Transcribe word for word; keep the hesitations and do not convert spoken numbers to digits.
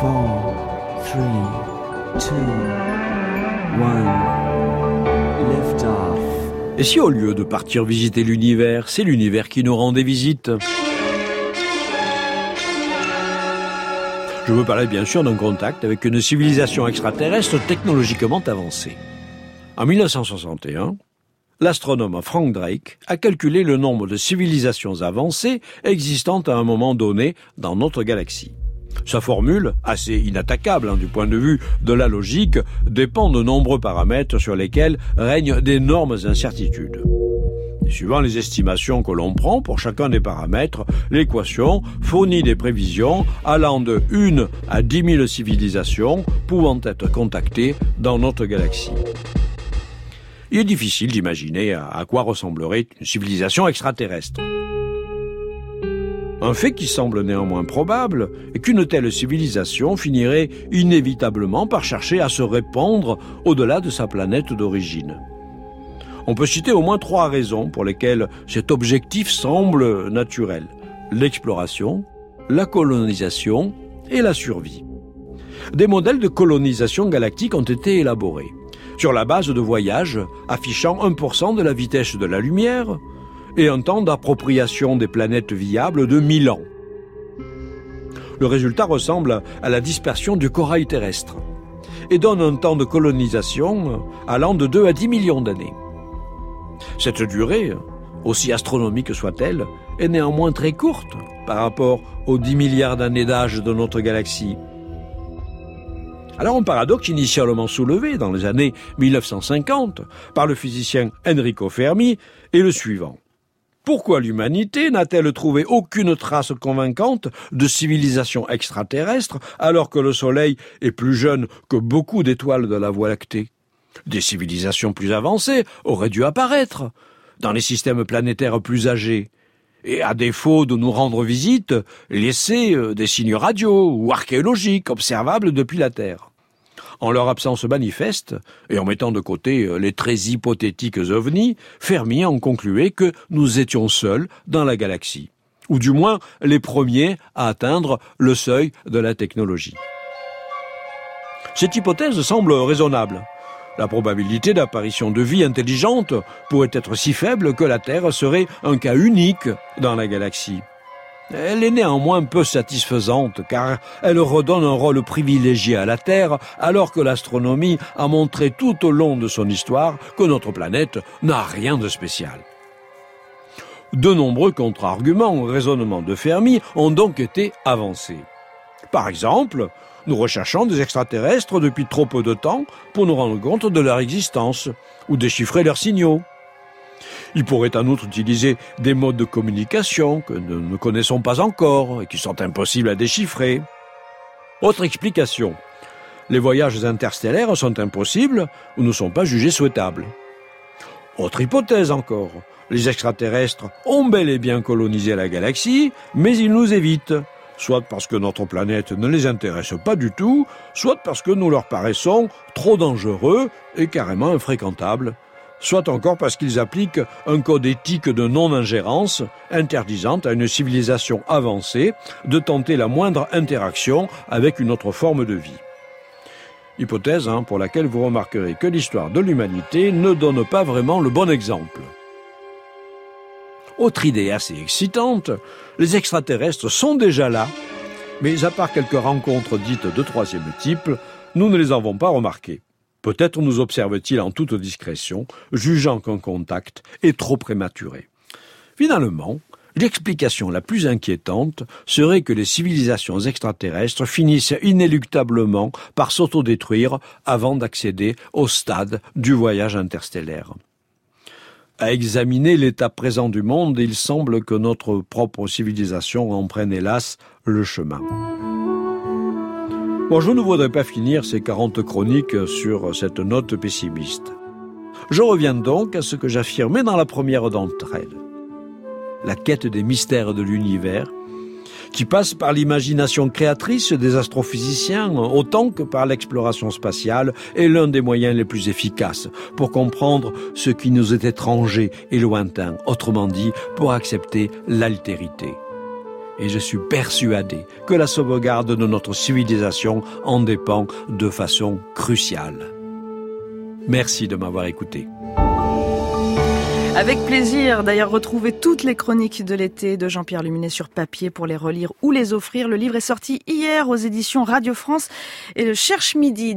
four, three, two, one, lift off. Et si au lieu de partir visiter l'univers, c'est l'univers qui nous rendait visite ? Je veux parler bien sûr d'un contact avec une civilisation extraterrestre technologiquement avancée. En mille neuf cent soixante et un, l'astronome Frank Drake a calculé le nombre de civilisations avancées existantes à un moment donné dans notre galaxie. Sa formule, assez inattaquable hein, du point de vue de la logique, dépend de nombreux paramètres sur lesquels règnent d'énormes incertitudes. Et suivant les estimations que l'on prend pour chacun des paramètres, l'équation fournit des prévisions allant de une à dix mille civilisations pouvant être contactées dans notre galaxie. Il est difficile d'imaginer à quoi ressemblerait une civilisation extraterrestre. Un fait qui semble néanmoins probable est qu'une telle civilisation finirait inévitablement par chercher à se répandre au-delà de sa planète d'origine. On peut citer au moins trois raisons pour lesquelles cet objectif semble naturel. L'exploration, la colonisation et la survie. Des modèles de colonisation galactique ont été élaborés sur la base de voyages affichant un pour cent de la vitesse de la lumière et un temps d'appropriation des planètes viables de mille ans. Le résultat ressemble à la dispersion du corail terrestre et donne un temps de colonisation allant de deux à dix millions d'années. Cette durée, aussi astronomique soit-elle, est néanmoins très courte par rapport aux dix milliards d'années d'âge de notre galaxie. Alors un paradoxe initialement soulevé dans les années mille neuf cent cinquante par le physicien Enrico Fermi est le suivant. Pourquoi l'humanité n'a-t-elle trouvé aucune trace convaincante de civilisation extraterrestre alors que le Soleil est plus jeune que beaucoup d'étoiles de la Voie lactée ? Des civilisations plus avancées auraient dû apparaître dans les systèmes planétaires plus âgés et, à défaut de nous rendre visite, laisser des signes radio ou archéologiques observables depuis la Terre. En leur absence manifeste, et en mettant de côté les très hypothétiques ovnis, Fermi en concluait que nous étions seuls dans la galaxie, ou du moins les premiers à atteindre le seuil de la technologie. Cette hypothèse semble raisonnable. La probabilité d'apparition de vie intelligente pourrait être si faible que la Terre serait un cas unique dans la galaxie. Elle est néanmoins peu satisfaisante car elle redonne un rôle privilégié à la Terre alors que l'astronomie a montré tout au long de son histoire que notre planète n'a rien de spécial. De nombreux contre-arguments au raisonnement de Fermi ont donc été avancés. Par exemple, nous recherchons des extraterrestres depuis trop peu de temps pour nous rendre compte de leur existence ou déchiffrer leurs signaux. Il pourrait en outre utiliser des modes de communication que nous ne connaissons pas encore et qui sont impossibles à déchiffrer. Autre explication, les voyages interstellaires sont impossibles ou ne sont pas jugés souhaitables. Autre hypothèse encore, les extraterrestres ont bel et bien colonisé la galaxie, mais ils nous évitent, soit parce que notre planète ne les intéresse pas du tout, soit parce que nous leur paraissons trop dangereux et carrément infréquentables. Soit encore parce qu'ils appliquent un code éthique de non-ingérence interdisant à une civilisation avancée de tenter la moindre interaction avec une autre forme de vie. Hypothèse hein, pour laquelle vous remarquerez que l'histoire de l'humanité ne donne pas vraiment le bon exemple. Autre idée assez excitante, les extraterrestres sont déjà là, mais à part quelques rencontres dites de troisième type, nous ne les avons pas remarquées. Peut-être nous observe-t-il en toute discrétion, jugeant qu'un contact est trop prématuré. Finalement, l'explication la plus inquiétante serait que les civilisations extraterrestres finissent inéluctablement par s'autodétruire avant d'accéder au stade du voyage interstellaire. À examiner l'état présent du monde, il semble que notre propre civilisation en prenne hélas le chemin. Bon, je ne voudrais pas finir ces quarante chroniques sur cette note pessimiste. Je reviens donc à ce que j'affirmais dans la première d'entre elles. La quête des mystères de l'univers, qui passe par l'imagination créatrice des astrophysiciens autant que par l'exploration spatiale, est l'un des moyens les plus efficaces pour comprendre ce qui nous est étranger et lointain, autrement dit, pour accepter l'altérité. Et je suis persuadé que la sauvegarde de notre civilisation en dépend de façon cruciale. Merci de m'avoir écouté. Avec plaisir. D'ailleurs, retrouvez toutes les chroniques de l'été de Jean-Pierre Luminet sur papier pour les relire ou les offrir. Le livre est sorti hier aux éditions Radio France et le Cherche Midi.